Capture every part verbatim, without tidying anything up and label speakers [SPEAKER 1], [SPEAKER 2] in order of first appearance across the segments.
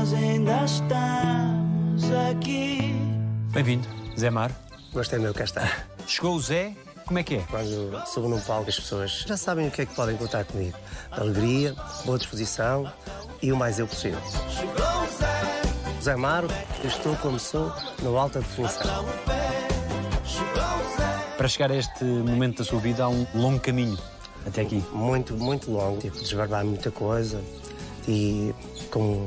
[SPEAKER 1] nós ainda estamos aqui.
[SPEAKER 2] Bem-vindo, Zé Mário.
[SPEAKER 3] Gostei meu, cá está.
[SPEAKER 2] Chegou o Zé, como é que é?
[SPEAKER 3] Quando subo num palco, as pessoas já sabem o que é que podem contar comigo. Alegria, boa disposição e o mais eu possível. Zé Mário, eu estou como sou, no alta definição.
[SPEAKER 2] Para chegar a este momento da sua vida há um longo caminho até aqui.
[SPEAKER 3] Muito, muito longo. Tive de desbarbar muita coisa e com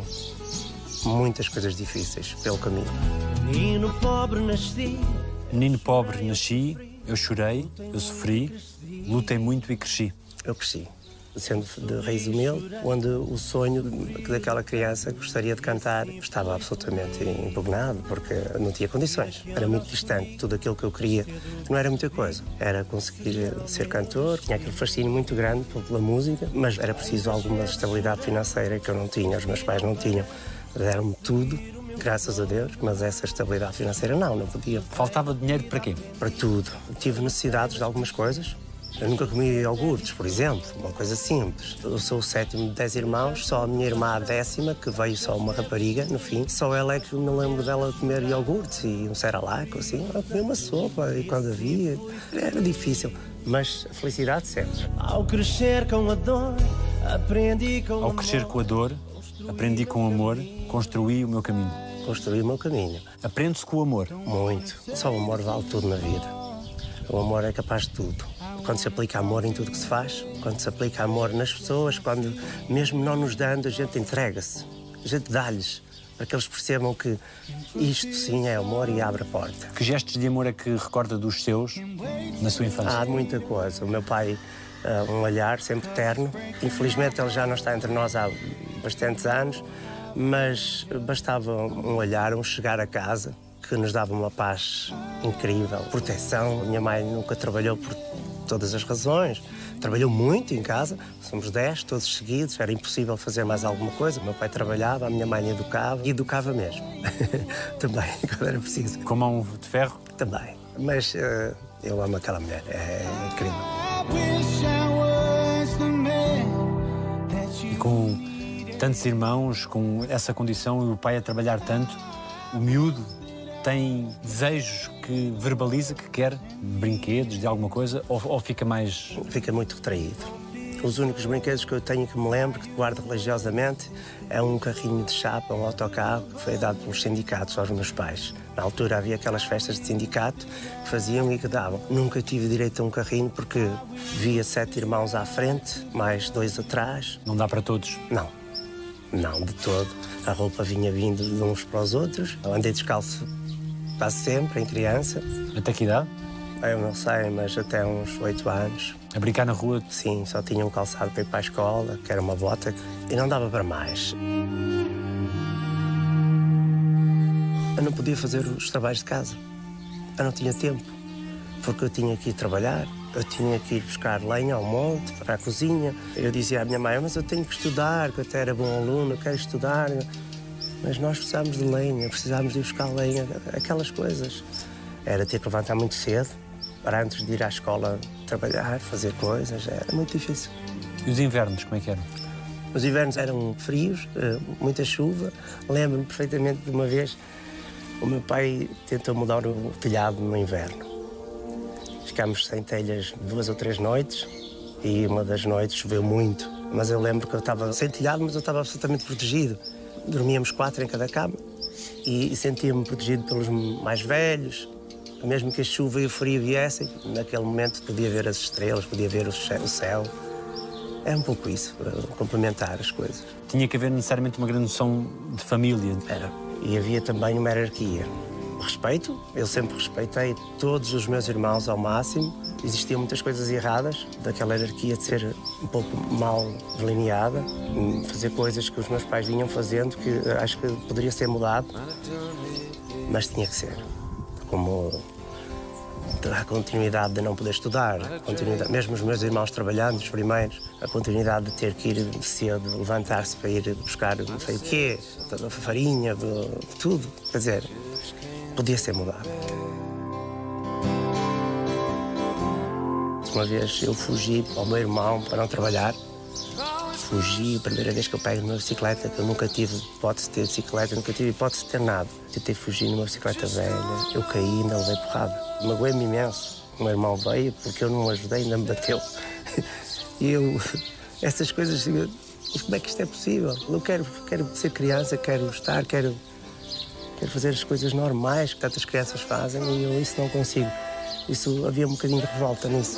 [SPEAKER 3] muitas coisas difíceis pelo caminho.
[SPEAKER 1] Menino pobre nasci.
[SPEAKER 2] Menino pobre nasci, eu chorei, eu sofri, lutei muito e cresci.
[SPEAKER 3] Eu cresci, sendo de raiz humilde, onde o sonho daquela criança que gostaria de cantar estava absolutamente impugnado, porque não tinha condições. Era muito distante. Tudo aquilo que eu queria não era muita coisa. Era conseguir ser cantor, tinha aquele fascínio muito grande pela música, mas era preciso alguma estabilidade financeira que eu não tinha, os meus pais não tinham. Deram-me tudo, graças a Deus, mas essa estabilidade financeira não, não podia.
[SPEAKER 2] Faltava dinheiro para quê?
[SPEAKER 3] Para tudo. Tive necessidades de algumas coisas. Eu nunca comi iogurtes, por exemplo, uma coisa simples. Eu sou o sétimo de dez irmãos, só a minha irmã a décima, que veio só uma rapariga, no fim. Só ela é que me lembro dela comer iogurtes e um cerelac, assim. Ela comia uma sopa e quando havia, era difícil, mas a felicidade sempre.
[SPEAKER 1] Ao crescer com a dor, aprendi com
[SPEAKER 2] Ao crescer com a dor, aprendi com o amor, construí o meu caminho.
[SPEAKER 3] Construí o meu caminho.
[SPEAKER 2] Aprende-se com o amor.
[SPEAKER 3] Muito. Só o amor vale tudo na vida. O amor é capaz de tudo. Quando se aplica amor em tudo que se faz, quando se aplica amor nas pessoas, quando, mesmo não nos dando, a gente entrega-se, a gente dá-lhes, para que eles percebam que isto sim é amor e abre a porta.
[SPEAKER 2] Que gestos de amor é que recorda dos seus na sua infância?
[SPEAKER 3] Há muita coisa. O meu pai, uh, um olhar sempre terno. Infelizmente ele já não está entre nós há bastantes anos, mas bastava um olhar, um chegar a casa, que nos dava uma paz incrível, proteção. A minha mãe nunca trabalhou por todas as razões, trabalhou muito em casa, somos dez, todos seguidos, era impossível fazer mais alguma coisa. O meu pai trabalhava, a minha mãe educava, e educava mesmo, também, quando era preciso.
[SPEAKER 2] Com mão de ferro?
[SPEAKER 3] Também, mas uh, eu amo aquela mulher, é incrível.
[SPEAKER 2] E com tantos irmãos, com essa condição e o pai a trabalhar tanto, o miúdo tem desejos que verbaliza, que quer brinquedos de alguma coisa, ou, ou fica mais...
[SPEAKER 3] Fica muito retraído. Os únicos brinquedos que eu tenho que me lembro, que guardo religiosamente, é um carrinho de chapa, um autocarro, que foi dado pelos sindicatos aos meus pais. Na altura havia aquelas festas de sindicato que faziam e que davam. Nunca tive direito a um carrinho porque via sete irmãos à frente, mais dois atrás.
[SPEAKER 2] Não dá para todos?
[SPEAKER 3] Não, não, de todo. A roupa vinha vindo de uns para os outros. Eu andei descalço quase sempre, em criança.
[SPEAKER 2] Até que idade?
[SPEAKER 3] Eu não sei, mas até uns oito anos.
[SPEAKER 2] A brincar na rua?
[SPEAKER 3] Sim, só tinha um calçado para ir para a escola, que era uma bota, e não dava para mais. Eu não podia fazer os trabalhos de casa. Eu não tinha tempo, porque eu tinha que ir trabalhar, eu tinha que ir buscar lenha ao monte, para a cozinha. Eu dizia à minha mãe, mas eu tenho que estudar, que eu até era bom aluno, eu quero estudar. Mas nós precisávamos de lenha, precisávamos de ir buscar lenha, aquelas coisas. Era ter que levantar muito cedo, para antes de ir à escola trabalhar, fazer coisas, era muito difícil.
[SPEAKER 2] E os invernos, como é que eram?
[SPEAKER 3] Os invernos eram frios, muita chuva. Lembro-me perfeitamente de uma vez, o meu pai tentou mudar o telhado no inverno. Ficámos sem telhas duas ou três noites e uma das noites choveu muito. Mas eu lembro que eu estava sem telhado, mas eu estava absolutamente protegido. Dormíamos quatro em cada cama e, e sentia-me protegido pelos mais velhos. Mesmo que a chuva e o frio viessem, naquele momento podia ver as estrelas, podia ver o céu. Era um pouco isso, complementar as coisas.
[SPEAKER 2] Tinha que haver necessariamente uma grande noção de família.
[SPEAKER 3] Era. E havia também uma hierarquia. Respeito, eu sempre respeitei todos os meus irmãos ao máximo. Existiam muitas coisas erradas, daquela hierarquia de ser um pouco mal delineada, fazer coisas que os meus pais vinham fazendo que acho que poderia ser mudado, mas tinha que ser. Como a continuidade de não poder estudar, a continuidade, mesmo os meus irmãos trabalhando, os primeiros, a continuidade de ter que ir cedo, levantar-se para ir buscar não sei o quê, farinha, tudo, quer dizer, podia ser mudado. Uma vez eu fugi ao meu irmão para não trabalhar fugi, a primeira vez que eu pego numa bicicleta, que eu nunca tive hipótese de ter bicicleta, nunca tive hipótese de ter nada. Tentei fugir numa bicicleta velha, eu caí e ainda levei porrada. Magoei-me imenso. O meu irmão veio, porque eu não o ajudei, ainda me bateu. E eu, essas coisas, mas como é que isto é possível? Eu quero, quero ser criança, quero estar, quero, quero fazer as coisas normais que tantas crianças fazem e eu isso não consigo. Isso, havia um bocadinho de revolta nisso.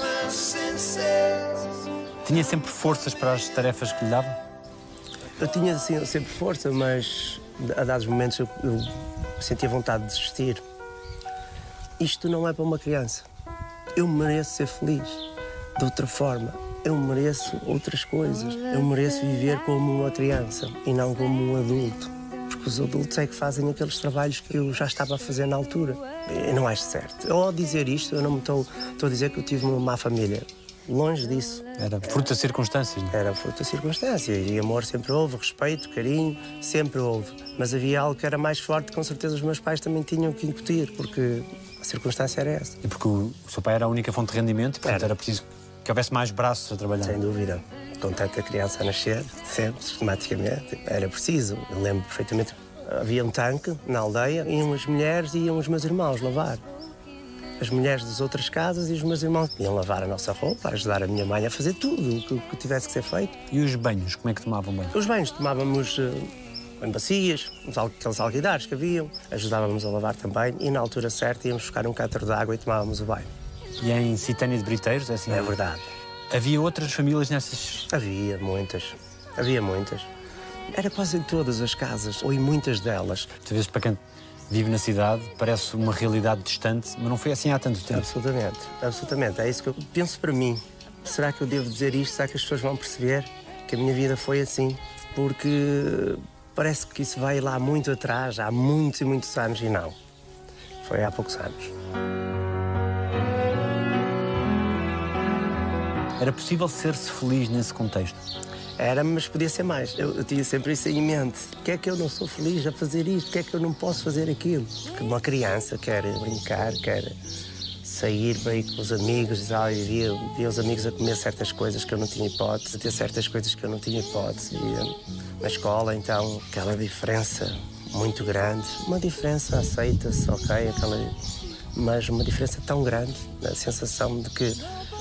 [SPEAKER 2] Tinha sempre forças para as tarefas que lhe davam?
[SPEAKER 3] Eu tinha assim, sempre força, mas a dados momentos eu, eu sentia vontade de desistir. Isto não é para uma criança. Eu mereço ser feliz de outra forma. Eu mereço outras coisas. Eu mereço viver como uma criança e não como um adulto. Porque os adultos é que fazem aqueles trabalhos que eu já estava a fazer na altura. Eu não acho certo. Eu, ao dizer isto, eu não me estou, estou a dizer que eu tive uma má família. Longe disso.
[SPEAKER 2] Era fruto das circunstâncias, não?
[SPEAKER 3] Era fruto das circunstâncias. E amor sempre houve, respeito, carinho, sempre houve. Mas havia algo que era mais forte, com certeza os meus pais também tinham que incutir, porque a circunstância era essa.
[SPEAKER 2] E porque o, o seu pai era a única fonte de rendimento, portanto era, era preciso que houvesse mais braços a trabalhar.
[SPEAKER 3] Sem dúvida. Com tanta criança a nascer, sempre, sistematicamente, era preciso. Eu lembro perfeitamente, havia um tanque na aldeia, iam as mulheres e iam os meus irmãos lavar. As mulheres das outras casas e os meus irmãos iam lavar a nossa roupa, ajudar a minha mãe a fazer tudo o que, que tivesse que ser feito.
[SPEAKER 2] E os banhos, como é que tomavam banho?
[SPEAKER 3] Os banhos tomávamos uh, em bacias, aqueles alguidares que haviam, ajudávamos a lavar também e na altura certa íamos buscar um cátaro de água e tomávamos o banho.
[SPEAKER 2] E em Citânia de Briteiros, é assim?
[SPEAKER 3] É verdade.
[SPEAKER 2] Havia outras famílias nessas?
[SPEAKER 3] Havia muitas, havia muitas. Era quase em todas as casas, ou em muitas delas.
[SPEAKER 2] Às vezes, para quem vive na cidade, parece uma realidade distante, mas não foi assim há tanto tempo.
[SPEAKER 3] Absolutamente, absolutamente. É isso que eu penso para mim. Será que eu devo dizer isto? Será que as pessoas vão perceber que a minha vida foi assim? Porque parece que isso vai lá muito atrás, há muitos e muitos anos, e não. Foi há poucos anos.
[SPEAKER 2] Era possível ser-se feliz nesse contexto?
[SPEAKER 3] Era, mas podia ser mais. Eu, eu tinha sempre isso em mente. Porquê é que eu não sou feliz a fazer isto? Porquê é que eu não posso fazer aquilo? Porque uma criança quer brincar, quer sair bem com os amigos, e via, via os amigos a comer certas coisas que eu não tinha hipótese, a ter certas coisas que eu não tinha hipótese. Via na escola, então, aquela diferença muito grande. Uma diferença aceita-se, ok, aquela... mas uma diferença tão grande, a sensação de que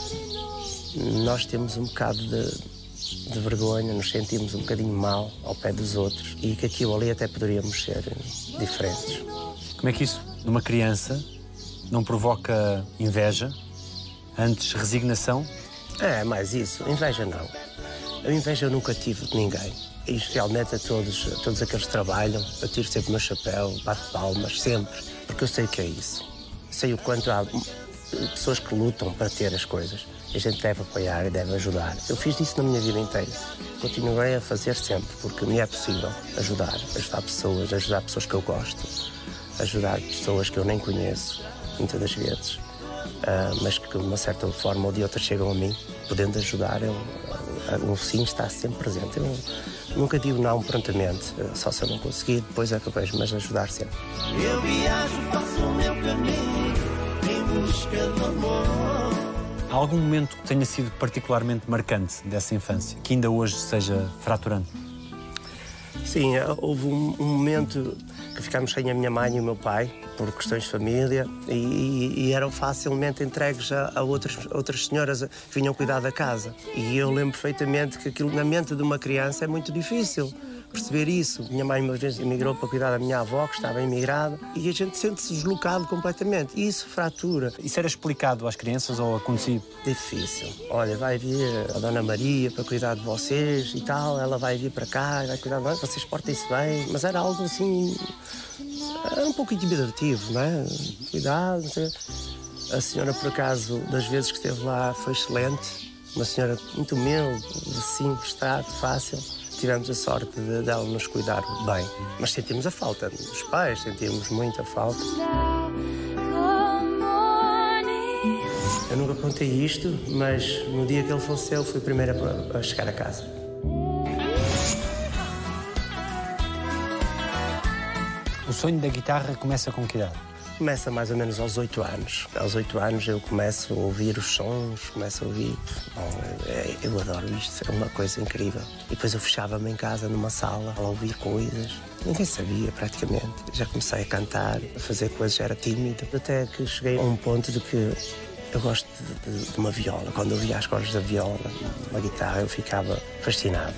[SPEAKER 3] nós temos um bocado de... de vergonha, nos sentimos um bocadinho mal ao pé dos outros e que aquilo ali até poderíamos ser diferentes.
[SPEAKER 2] Como é que isso, numa criança, não provoca inveja, antes resignação?
[SPEAKER 3] É, mais isso. Inveja não. A inveja eu nunca tive de ninguém. E especialmente a todos, a todos aqueles que trabalham. Eu tiro sempre o meu chapéu, bato palmas, sempre. Porque eu sei o que é isso. Sei o quanto há pessoas que lutam para ter as coisas. E a gente deve apoiar e deve ajudar. Eu fiz isso na minha vida inteira. Continuarei a fazer sempre, porque me é possível ajudar. Ajudar pessoas, ajudar pessoas que eu gosto. Ajudar pessoas que eu nem conheço, muitas das vezes. Uh, mas que de uma certa forma ou de outra chegam a mim. Podendo ajudar, eu, uh, o sim está sempre presente. Eu nunca digo não prontamente. Uh, só se eu não conseguir, depois é que eu vejo, mas ajudar sempre.
[SPEAKER 1] Eu viajo, faço o meu caminho em busca do amor.
[SPEAKER 2] Há algum momento que tenha sido particularmente marcante dessa infância, que ainda hoje seja fraturante?
[SPEAKER 3] Sim, houve um, um momento que ficámos sem a minha mãe e o meu pai, por questões de família, e, e, e eram facilmente entregues a, a outras, outras senhoras que vinham cuidar da casa. E eu lembro perfeitamente que aquilo na mente de uma criança é muito difícil perceber isso. Minha mãe uma vez emigrou para cuidar da minha avó, que estava imigrada, e a gente sente-se deslocado completamente. E isso fratura.
[SPEAKER 2] Isso era explicado às crianças ou acontecia?
[SPEAKER 3] Difícil. Olha, vai vir a Dona Maria para cuidar de vocês e tal, ela vai vir para cá e vai cuidar de nós, vocês portem-se bem. Mas era algo assim... Era um pouco intimidativo, não é? Cuidado, não sei. A senhora, por acaso, das vezes que esteve lá, foi excelente. Uma senhora muito humilde, simples, trato, fácil. Tivemos a sorte de dela nos cuidar bem. Mas sentimos a falta dos pais, sentimos muita falta. Eu nunca contei isto, mas no dia que ele faleceu, fui a primeira a chegar a casa.
[SPEAKER 2] O sonho da guitarra começa com que idade?
[SPEAKER 3] Começa mais ou menos aos oito anos. Aos oito anos eu começo a ouvir os sons, começo a ouvir... Bom, é, eu adoro isto, é uma coisa incrível. E depois eu fechava-me em casa, numa sala, a ouvir coisas. Ninguém sabia, praticamente. Já comecei a cantar, a fazer coisas, era tímido. Até que cheguei a um ponto de que eu gosto de, de, de uma viola. Quando eu via as cordas da viola, uma guitarra, eu ficava fascinado.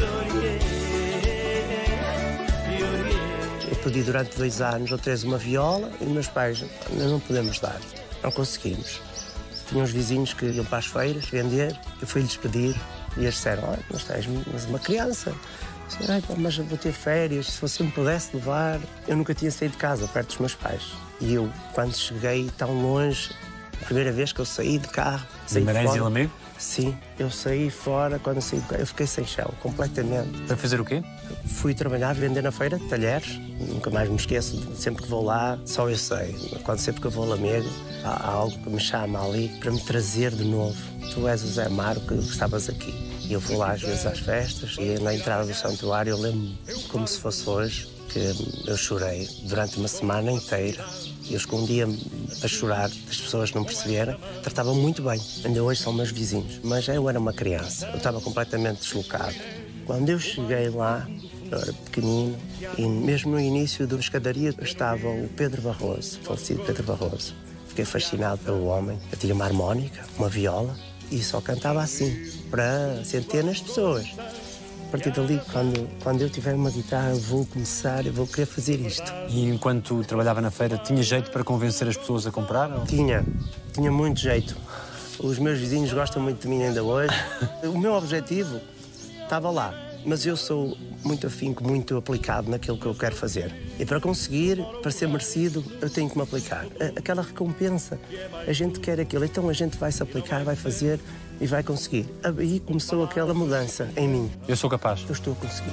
[SPEAKER 3] Eu pedi durante dois anos ou três uma viola e meus pais, nós não podemos dar, não conseguimos. Tinha uns vizinhos que iam para as feiras vender, eu fui-lhes pedir e eles disseram, olha, mas tens mas uma criança. Eu disse, mas eu vou ter férias, se você me pudesse levar. Eu nunca tinha saído de casa, perto dos meus pais. E eu, quando cheguei tão longe, a primeira vez que eu saí de carro...
[SPEAKER 2] Guimarães e Lamego?
[SPEAKER 3] Sim, eu saí fora, quando eu saí de carro, eu fiquei sem chão, completamente.
[SPEAKER 2] Para fazer o quê?
[SPEAKER 3] Fui trabalhar, vender na feira de talheres. Nunca mais me esqueço, sempre que vou lá, só eu sei. Quando sempre que eu vou a Lamego, há algo que me chama ali para me trazer de novo. Tu és o Zé Amaro que estavas aqui. E eu vou lá às vezes às festas e na entrada do santuário eu lembro-me como se fosse hoje que eu chorei durante uma semana inteira. Eu escondia-me a chorar, as pessoas não perceberam. Tratavam muito bem. Ainda hoje são meus vizinhos. Mas eu era uma criança, eu estava completamente deslocado. Quando eu cheguei lá, eu era pequenino, e mesmo no início da escadaria estava o Pedro Barroso, o falecido Pedro Barroso. Fiquei fascinado pelo homem. Eu tinha uma harmónica, uma viola, e só cantava assim, para centenas de pessoas. A partir dali, quando, quando eu tiver uma guitarra, eu vou começar, eu vou querer fazer isto.
[SPEAKER 2] E enquanto trabalhava na feira, tinha jeito para convencer as pessoas a comprar? Ou...
[SPEAKER 3] Tinha, tinha muito jeito. Os meus vizinhos gostam muito de mim ainda hoje. O meu objetivo estava lá, mas eu sou muito afinco, muito aplicado naquilo que eu quero fazer. E para conseguir, para ser merecido, eu tenho que me aplicar. Aquela recompensa, a gente quer aquilo, então a gente vai se aplicar, vai fazer e vai conseguir. Aí começou aquela mudança em mim.
[SPEAKER 2] Eu sou capaz.
[SPEAKER 3] Eu estou a conseguir.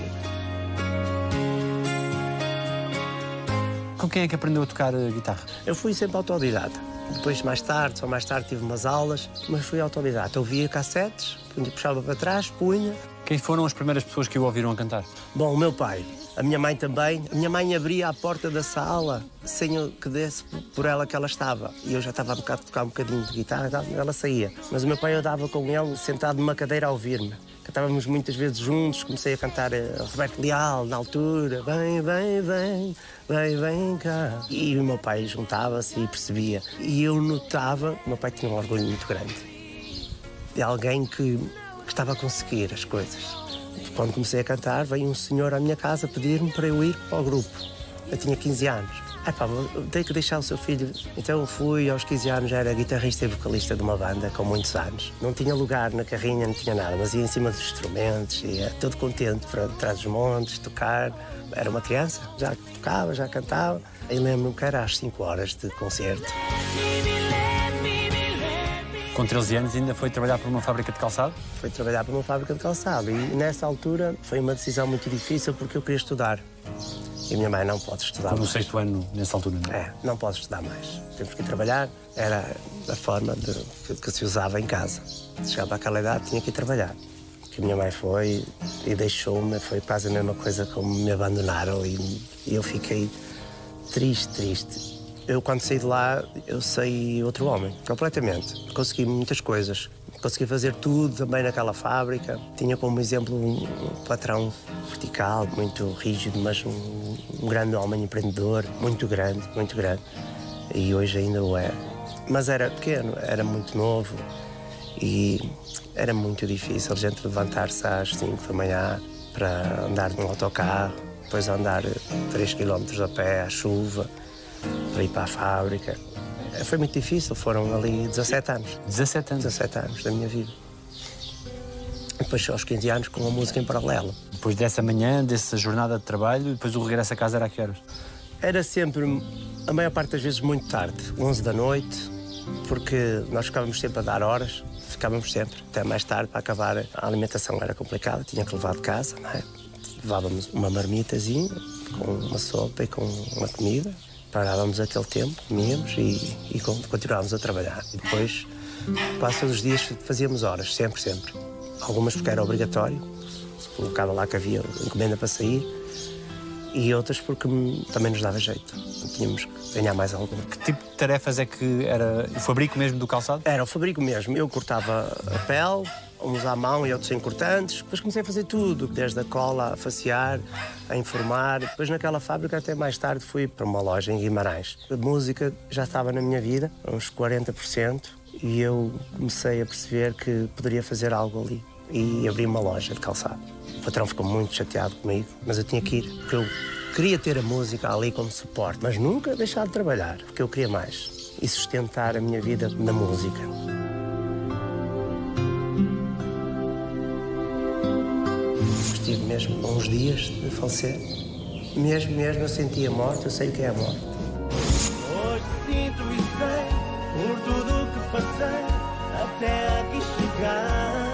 [SPEAKER 2] Com quem é que aprendeu a tocar a guitarra?
[SPEAKER 3] Eu fui sempre autodidata. Depois, mais tarde, só mais tarde, tive umas aulas, mas fui autodidata. Eu via cassetes, puxava para trás, punha.
[SPEAKER 2] Quem foram as primeiras pessoas que o ouviram a cantar?
[SPEAKER 3] Bom, o meu pai. A minha mãe também. A minha mãe abria a porta da sala sem que desse por ela que ela estava. E eu já estava a tocar um bocadinho de guitarra, ela saía. Mas o meu pai, eu dava com ele sentado numa cadeira a ouvir-me. Cantávamos muitas vezes juntos, comecei a cantar a Roberto Leal na altura. Vem, vem, vem, vem, vem cá. E o meu pai juntava-se e percebia. E eu notava, o meu pai tinha um orgulho muito grande. De alguém que, que estava a conseguir as coisas. Quando comecei a cantar, veio um senhor à minha casa pedir-me para eu ir para o grupo. Eu tinha quinze anos. Ah, pá, tenho que deixar o seu filho. Então eu fui, aos quinze anos, já era guitarrista e vocalista de uma banda com muitos anos. Não tinha lugar na carrinha, não tinha nada, mas ia em cima dos instrumentos, ia todo contente para trás dos montes, tocar. Era uma criança, já tocava, já cantava. E lembro-me que era às cinco horas de concerto.
[SPEAKER 2] Com treze anos ainda foi trabalhar para uma fábrica de calçado?
[SPEAKER 3] Foi trabalhar para uma fábrica de calçado e nessa altura foi uma decisão muito difícil porque eu queria estudar. E a minha mãe não pode estudar
[SPEAKER 2] Como
[SPEAKER 3] mais.
[SPEAKER 2] no sexto ano, nessa altura, não é?
[SPEAKER 3] É, não posso estudar mais. Temos que ir trabalhar. Era a forma de, que, que se usava em casa. Se chegava àquela idade, tinha que ir trabalhar. Que a minha mãe foi e deixou-me, foi quase a mesma coisa como me abandonaram e, e eu fiquei triste, triste. Eu, quando saí de lá, eu saí outro homem, completamente. Consegui muitas coisas. Consegui fazer tudo também naquela fábrica. Tinha como exemplo um patrão vertical, muito rígido, mas um, um grande homem empreendedor, muito grande, muito grande. E hoje ainda o é. Mas era pequeno, era muito novo e era muito difícil a gente levantar-se às cinco da manhã para andar num autocarro, depois andar três quilómetros a pé à chuva, para ir para a fábrica. Foi muito difícil, foram ali dezassete anos.
[SPEAKER 2] dezassete anos?
[SPEAKER 3] dezassete anos da minha vida. Depois, aos quinze anos, com a música em paralelo.
[SPEAKER 2] Depois dessa manhã, dessa jornada de trabalho, depois o regresso a casa era a que horas?
[SPEAKER 3] Era sempre, a maior parte das vezes, muito tarde, onze da noite, porque nós ficávamos sempre a dar horas, ficávamos sempre até mais tarde para acabar. A alimentação era complicada, tinha que levar de casa, não é? Levávamos uma marmitazinha com uma sopa e com uma comida. Parávamos aquele tempo, comíamos e, e continuávamos a trabalhar. E depois, quase todos os dias, fazíamos horas, sempre, sempre. Algumas porque era obrigatório, se colocava lá que havia encomenda para sair. E outras porque também nos dava jeito. Tínhamos que ganhar mais alguma.
[SPEAKER 2] Que tipo de tarefas é que era o fabrico mesmo do calçado?
[SPEAKER 3] Era o fabrico mesmo. Eu cortava a pele, uns à mão e outros em cortantes. Depois comecei a fazer tudo, desde a cola a facear, a informar. Depois naquela fábrica até mais tarde fui para uma loja em Guimarães. A música já estava na minha vida, uns quarenta por cento, e eu comecei a perceber que poderia fazer algo ali. E abri uma loja de calçado. O patrão ficou muito chateado comigo, mas eu tinha que ir, porque eu queria ter a música ali como suporte, mas nunca deixar de trabalhar, porque eu queria mais e sustentar a minha vida na música. Estive mesmo uns dias de falecer. Mesmo, mesmo, eu senti a morte, eu sei o que é a morte.
[SPEAKER 1] Hoje sinto e sei, por tudo o que passei, até aqui chegar.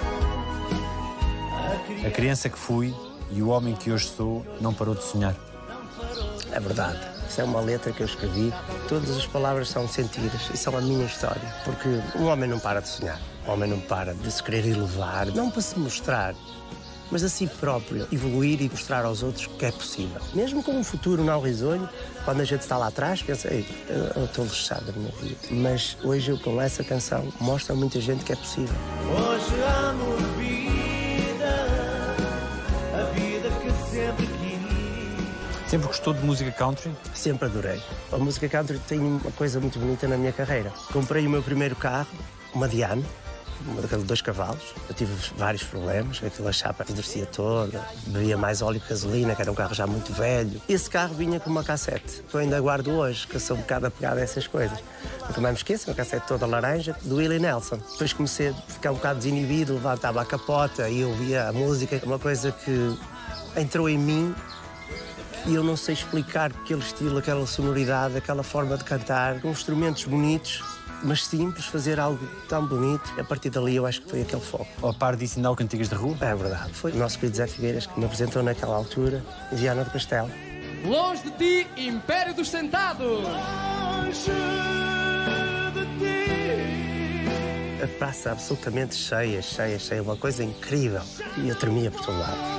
[SPEAKER 2] A criança que fui e o homem que hoje sou não parou de sonhar.
[SPEAKER 3] É verdade. Isso é uma letra que eu escrevi. Todas as palavras são sentidas e são a minha história. Porque um homem não para de sonhar. Um homem não para de se querer elevar, não para se mostrar, mas a si próprio, evoluir e mostrar aos outros que é possível. Mesmo com um futuro não risonho, quando a gente está lá atrás, pensa, ei, eu estou lixado da minha vida. Mas hoje, eu, com essa canção, mostro a muita gente que é possível.
[SPEAKER 1] Hoje amo vida, a vida que sempre quis.
[SPEAKER 2] Sempre gostou de música country?
[SPEAKER 3] Sempre adorei. A música country tem uma coisa muito bonita na minha carreira. Comprei o meu primeiro carro, uma Diane, uma daqueles dois cavalos. Eu tive vários problemas, aquela chapa endurecia toda, bebia mais óleo que gasolina, que era um carro já muito velho. Esse carro vinha com uma cassete, que eu ainda guardo hoje, que eu sou um bocado apegado a essas coisas. Nunca mais me esqueço, uma cassete toda laranja, do Willie Nelson. Depois comecei a ficar um bocado desinibido, levantava a capota e ouvia a música, uma coisa que entrou em mim. E eu não sei explicar aquele estilo, aquela sonoridade, aquela forma de cantar, com instrumentos bonitos, mas simples, fazer algo tão bonito. A partir dali eu acho que foi aquele foco.
[SPEAKER 2] Ao par disso, ainda há o Cantigas de Rua?
[SPEAKER 3] É verdade. Foi o nosso querido Zé Figueiras que me apresentou naquela altura, em Viana do Castelo.
[SPEAKER 4] Longe de ti, Império dos Sentados!
[SPEAKER 1] Longe de ti.
[SPEAKER 3] A praça absolutamente cheia, cheia, cheia, uma coisa incrível. E eu tremia por todo lado.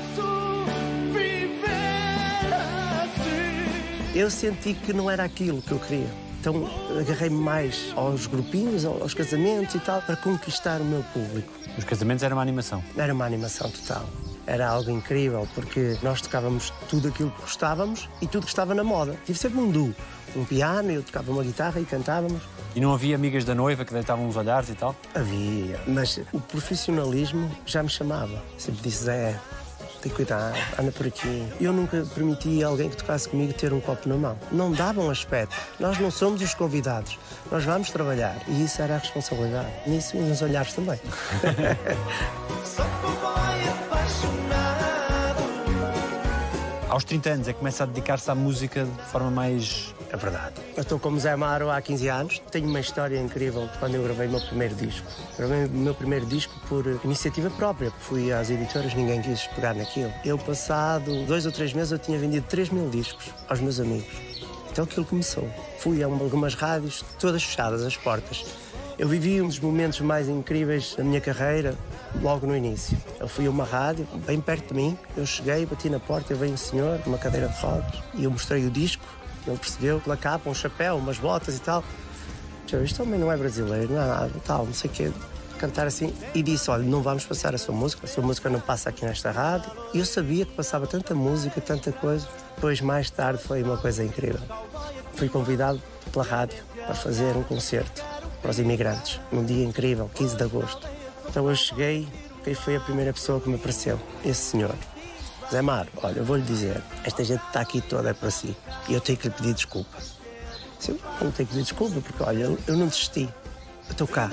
[SPEAKER 3] Eu senti que não era aquilo que eu queria. Então agarrei-me mais aos grupinhos, aos casamentos e tal, para conquistar o meu público.
[SPEAKER 2] Os casamentos eram uma animação?
[SPEAKER 3] Era uma animação total. Era algo incrível, porque nós tocávamos tudo aquilo que gostávamos e tudo que estava na moda. Tive sempre um duo, um piano, eu tocava uma guitarra e cantávamos.
[SPEAKER 2] E não havia amigas da noiva que deitavam os olhares e tal?
[SPEAKER 3] Havia, mas o profissionalismo já me chamava. Sempre disse, Zé, tem cuidado, anda por aqui. Eu nunca permiti a alguém que tocasse comigo ter um copo na mão. Não dava um aspecto. Nós não somos os convidados. Nós vamos trabalhar. E isso era a responsabilidade. Nisso e nos olhares também.
[SPEAKER 1] Sou cowboy apaixonado.
[SPEAKER 2] Aos trinta anos é que começa a dedicar-se à música de forma mais...
[SPEAKER 3] É verdade. Eu estou como Zé Amaro há quinze anos. Tenho uma história incrível de quando eu gravei o meu primeiro disco. Gravei o meu primeiro disco por iniciativa própria. Fui às editoras, ninguém quis pegar naquilo. Eu, passado dois ou três meses, eu tinha vendido três mil discos aos meus amigos. Então aquilo começou. Fui a algumas rádios, todas fechadas, as portas. Eu vivi um dos momentos mais incríveis da minha carreira, logo no início. Eu fui a uma rádio, bem perto de mim. Eu cheguei, bati na porta, veio um senhor, uma cadeira de rodas, e eu mostrei o disco. Ele percebeu, pela capa, um chapéu, umas botas e tal. Eu, isto também não é brasileiro, não é nada, tal, não sei o quê. Cantar assim. E disse, olha, não vamos passar a sua música, a sua música não passa aqui nesta rádio. E eu sabia que passava tanta música, tanta coisa. Depois, mais tarde, foi uma coisa incrível. Fui convidado pela rádio para fazer um concerto para os imigrantes, num dia incrível, quinze de agosto. Então eu cheguei, quem foi a primeira pessoa que me apareceu? Esse senhor. Zé Amaro, olha, eu vou-lhe dizer, esta gente está aqui toda é para si e eu tenho que lhe pedir desculpa. Eu não tenho que pedir desculpa porque, olha, eu, eu não desisti, eu estou cá.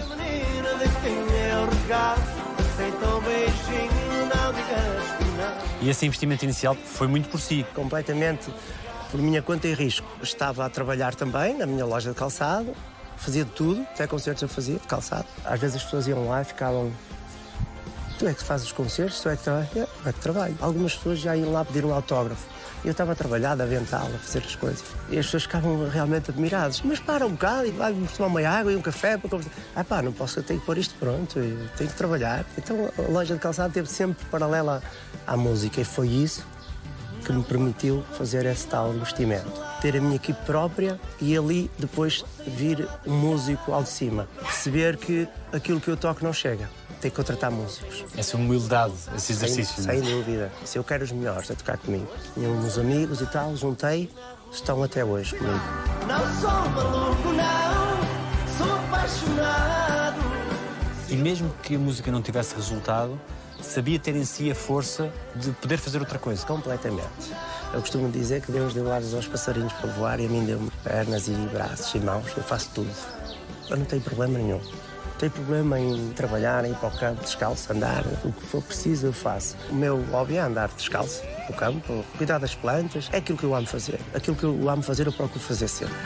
[SPEAKER 2] E esse investimento inicial foi muito por si?
[SPEAKER 3] Completamente por minha conta e risco. Estava a trabalhar também na minha loja de calçado, fazia de tudo, até concertos eu fazia de calçado. Às vezes as pessoas iam lá e ficavam... Tu é que fazes os concertos, tu é que trabalhas? Eu é que trabalho. Algumas pessoas já iam lá pedir um autógrafo. Eu estava a trabalhar, a avental, a fazer as coisas. E as pessoas ficavam realmente admiradas. Mas para um bocado e vai-me tomar uma água e um café para conversar. Ah pá, não posso, eu tenho que pôr isto pronto, eu tenho que trabalhar. Então a loja de calçado esteve sempre paralela à música e foi isso que me permitiu fazer esse tal investimento. Ter a minha equipe própria e ali depois vir um músico ao de cima. Perceber que aquilo que eu toco não chega. Tem que contratar músicos.
[SPEAKER 2] Essa humildade, esse exercício.
[SPEAKER 3] Sem, sem dúvida. Se eu quero os melhores a tocar comigo. Tinha uns amigos e tal, juntei, estão até hoje comigo.
[SPEAKER 1] Não sou maluco, não, sou apaixonado.
[SPEAKER 2] E mesmo que a música não tivesse resultado, sabia ter em si a força de poder fazer outra coisa.
[SPEAKER 3] Completamente. Eu costumo dizer que Deus deu asas aos passarinhos para voar e a mim deu-me pernas e braços e mãos. Eu faço tudo. Eu não tenho problema nenhum. Não tenho problema em trabalhar, em ir para o campo descalço, andar. O que for preciso eu faço. O meu hobby é andar descalço no campo, cuidar das plantas. É aquilo que eu amo fazer. Aquilo que eu amo fazer eu procuro fazer sempre.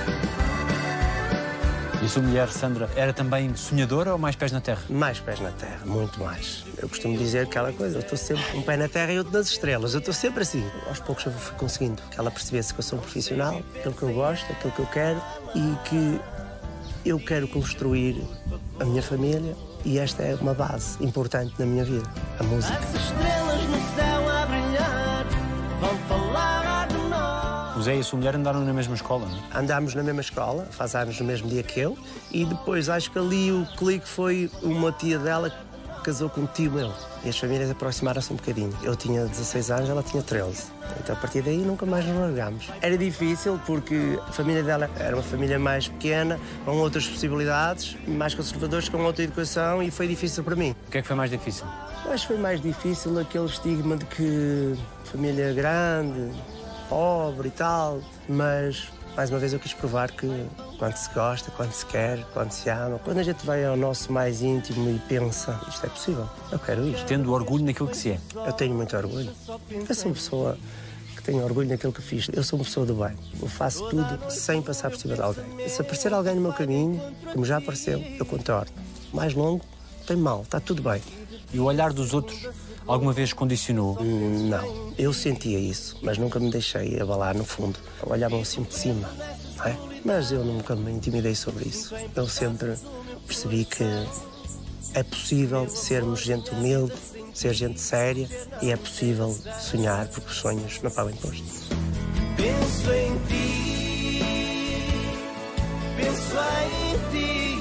[SPEAKER 2] E a sua mulher, Sandra, era também sonhadora ou mais pés na terra?
[SPEAKER 3] Mais pés na terra, muito mais. Eu costumo dizer aquela coisa, eu estou sempre um pé na terra e outro nas estrelas. Eu estou sempre assim. Aos poucos eu fui conseguindo que ela percebesse que eu sou um profissional, aquilo que eu gosto, aquilo que eu quero e que eu quero construir a minha família e esta é uma base importante na minha vida, a música.
[SPEAKER 1] As estrelas no céu a brilhar vão falar de nós.
[SPEAKER 2] O Zé e a sua mulher andaram na mesma escola, não é?
[SPEAKER 3] Andámos na mesma escola, faz anos no mesmo dia que eu, e depois acho que ali o clique foi uma tia dela que casou com um tio meu. E as famílias aproximaram-se um bocadinho. Eu tinha dezasseis anos, ela tinha treze. Então a partir daí nunca mais nos largámos. Era difícil porque a família dela era uma família mais pequena, com outras possibilidades, mais conservadores, com outra educação, e foi difícil para mim.
[SPEAKER 2] O que é que foi mais difícil?
[SPEAKER 3] Acho que foi mais difícil aquele estigma de que família grande, pobre e tal, mas mais uma vez eu quis provar que quando se gosta, quando se quer, quando se ama, quando a gente vai ao nosso mais íntimo e pensa, isto é possível, eu quero isto.
[SPEAKER 2] Tendo orgulho naquilo que se é.
[SPEAKER 3] Eu tenho muito orgulho. Eu sou uma pessoa que tem orgulho naquilo que fiz. Eu sou uma pessoa do bem. Eu faço tudo sem passar por cima de alguém. Se aparecer alguém no meu caminho, como já apareceu, eu contorno. Mais longo, tem mal, está tudo bem.
[SPEAKER 2] E o olhar dos outros alguma vez condicionou?
[SPEAKER 3] Hum, não. Eu sentia isso, mas nunca me deixei abalar no fundo. Olhavam assim de cima, não é? Mas eu nunca me intimidei sobre isso. Eu sempre percebi que é possível sermos gente humilde, ser gente séria e é possível sonhar, porque os sonhos não pagam imposto.
[SPEAKER 1] Penso em ti, penso em ti.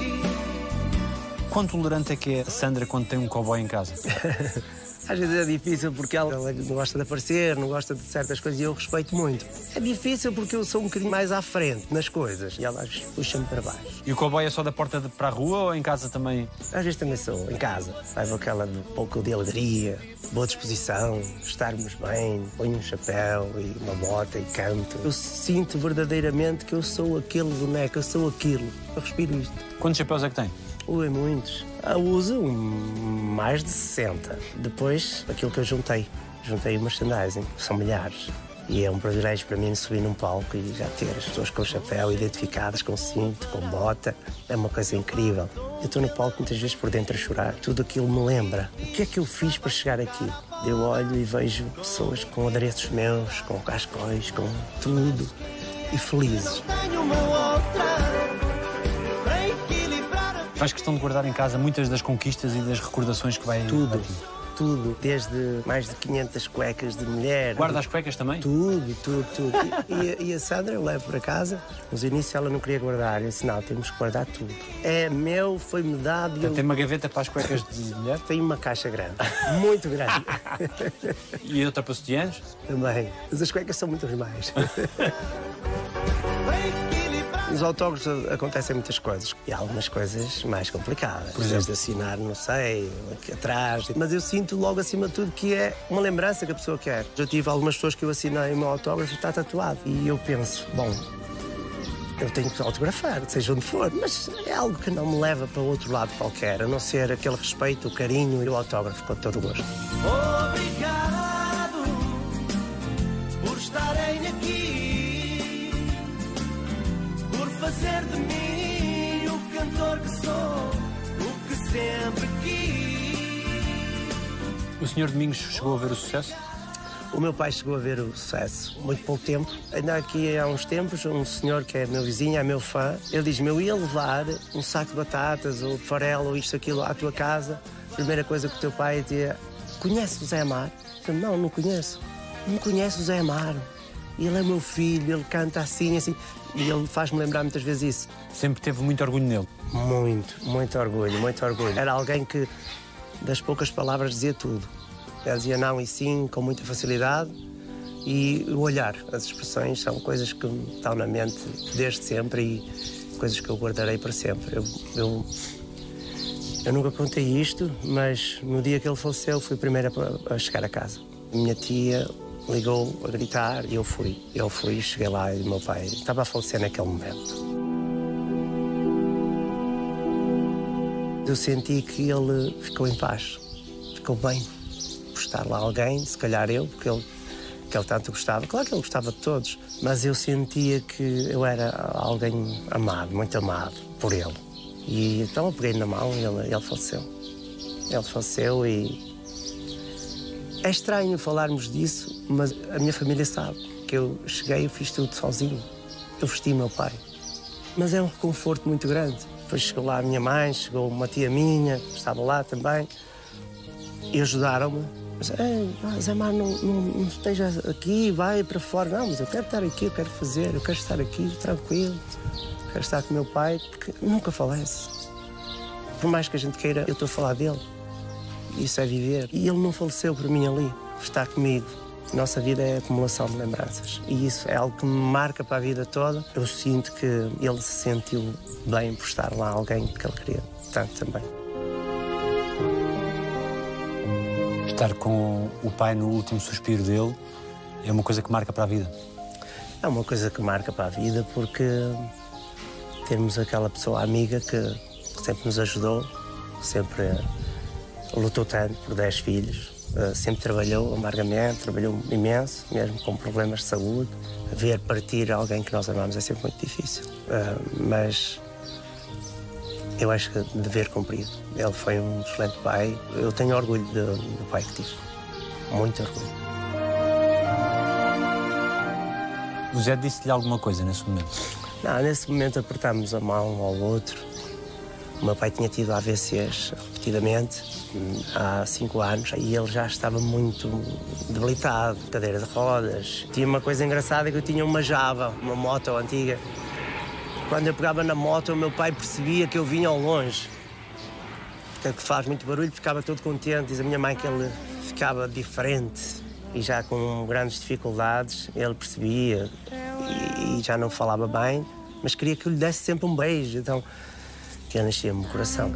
[SPEAKER 2] Quão tolerante é que é a Sandra quando tem um cowboy em casa?
[SPEAKER 3] Às vezes é difícil porque ela não gosta de aparecer, não gosta de certas coisas e eu respeito muito. É difícil porque eu sou um bocadinho mais à frente nas coisas e ela puxa-me para baixo.
[SPEAKER 2] E o cowboy é só da porta de, para a rua ou em casa também?
[SPEAKER 3] Às vezes também sou, em casa. Levo aquela de pouco de alegria, boa disposição, estarmos bem, ponho um chapéu e uma bota e canto. Eu sinto verdadeiramente que eu sou aquele boneco, eu sou aquilo. Eu respiro isto.
[SPEAKER 2] Quantos chapéus é que tem?
[SPEAKER 3] Ui, muitos. Eu uso mais de sessenta. Depois, aquilo que eu juntei. Juntei o merchandising. São milhares. E é um privilégio para mim subir num palco e já ter as pessoas com o chapéu identificadas, com cinto, com bota. É uma coisa incrível. Eu estou no palco muitas vezes por dentro a chorar. Tudo aquilo me lembra. O que é que eu fiz para chegar aqui? Eu olho e vejo pessoas com adereços meus, com cascóis, com tudo. E felizes.
[SPEAKER 1] Tenho uma outra.
[SPEAKER 2] Faz questão de guardar em casa muitas das conquistas e das recordações que vai...
[SPEAKER 3] Tudo, tudo. Desde mais de quinhentas cuecas de mulher.
[SPEAKER 2] Guarda as cuecas também?
[SPEAKER 3] Tudo, tudo, tudo. E, e a Sandra eu levo para casa. Nos inícios ela não queria guardar. Eu disse, não, temos que guardar tudo. É meu, foi-me dado.
[SPEAKER 2] Eu... Tem uma gaveta para as cuecas de mulher?
[SPEAKER 3] Tem uma caixa grande, muito grande.
[SPEAKER 2] E outra para sutiãs?
[SPEAKER 3] Também. Mas as cuecas são muitas mais. Nos autógrafos acontecem muitas coisas e há algumas coisas mais complicadas. Por exemplo, de assinar, não sei, aqui atrás. Mas eu sinto logo acima de tudo que é uma lembrança que a pessoa quer. Já tive algumas pessoas que eu assinei o meu autógrafo e está tatuado. E eu penso, bom, eu tenho que autografar, seja onde for, mas é algo que não me leva para outro lado qualquer, a não ser aquele respeito, o carinho e o autógrafo com todo o gosto.
[SPEAKER 1] Obrigado por estarem aqui. Fazer de mim o cantor que sou, o que sempre quis.
[SPEAKER 2] O senhor Domingos chegou a ver o sucesso?
[SPEAKER 3] O meu pai chegou a ver o sucesso muito pouco tempo. Ainda aqui há uns tempos, um senhor que é meu vizinho, é meu fã, ele diz-me, eu ia levar um saco de batatas ou farelo ou isto, aquilo à tua casa. A primeira coisa que o teu pai dizia, conhece o Zé Amar? Eu, não, não conheço. não conhece o Zé Amaro. Ele é meu filho, ele canta assim, assim. E ele faz-me lembrar muitas vezes isso.
[SPEAKER 2] Sempre teve muito orgulho nele?
[SPEAKER 3] Muito, muito orgulho, muito orgulho. Era alguém que, das poucas palavras, dizia tudo. Ele dizia não e sim com muita facilidade. E o olhar, as expressões são coisas que me estão na mente desde sempre e coisas que eu guardarei para sempre. Eu, eu, eu nunca contei isto, mas no dia que ele faleceu fui a primeira a chegar a casa. A minha tia ligou a gritar e eu fui. Eu fui, cheguei lá e o meu pai estava a falecer naquele momento. Eu senti que ele ficou em paz, ficou bem por estar lá alguém, se calhar eu, porque ele, que ele tanto gostava. Claro que ele gostava de todos, mas eu sentia que eu era alguém amado, muito amado por ele. E então eu peguei na mão e ele, ele faleceu. Ele faleceu e... É estranho falarmos disso, mas a minha família sabe que eu cheguei e fiz tudo sozinho. Eu vesti meu pai. Mas é um reconforto muito grande. Depois chegou lá a minha mãe, chegou uma tia minha, que estava lá também, e ajudaram-me. Mas, ah, Zé Amaro, não, não, não esteja aqui, vai para fora. Não, mas eu quero estar aqui, eu quero fazer, eu quero estar aqui, tranquilo. Quero estar com o meu pai, porque nunca falece. Por mais que a gente queira, eu estou a falar dele. Isso é viver. E ele não faleceu por mim ali, está comigo. A nossa vida é acumulação de lembranças. E isso é algo que me marca para a vida toda. Eu sinto que ele se sentiu bem por estar lá, alguém que ele queria tanto também.
[SPEAKER 2] Estar com o pai no último suspiro dele é uma coisa que marca para a vida?
[SPEAKER 3] É uma coisa que marca para a vida porque temos aquela pessoa amiga que sempre nos ajudou, sempre lutou tanto por dez filhos, sempre trabalhou amargamente, trabalhou imenso, mesmo com problemas de saúde. Ver partir alguém que nós amamos é sempre muito difícil, mas eu acho que dever cumprido. Ele foi um excelente pai. Eu tenho orgulho do, do pai que tive, muito orgulho.
[SPEAKER 2] O Zé disse-lhe alguma coisa nesse momento?
[SPEAKER 3] Não, nesse momento apertámos a mão um ao outro. O meu pai tinha tido A V Cs repetidamente há cinco anos e ele já estava muito debilitado, cadeira de rodas. Tinha uma coisa engraçada que eu tinha uma Java, uma moto antiga. Quando eu pegava na moto, o meu pai percebia que eu vinha ao longe. Que faz muito barulho, ficava todo contente. Diz a minha mãe que ele ficava diferente e já com grandes dificuldades. Ele percebia e, e já não falava bem, mas queria que eu lhe desse sempre um beijo. Então, que nascia-me o coração.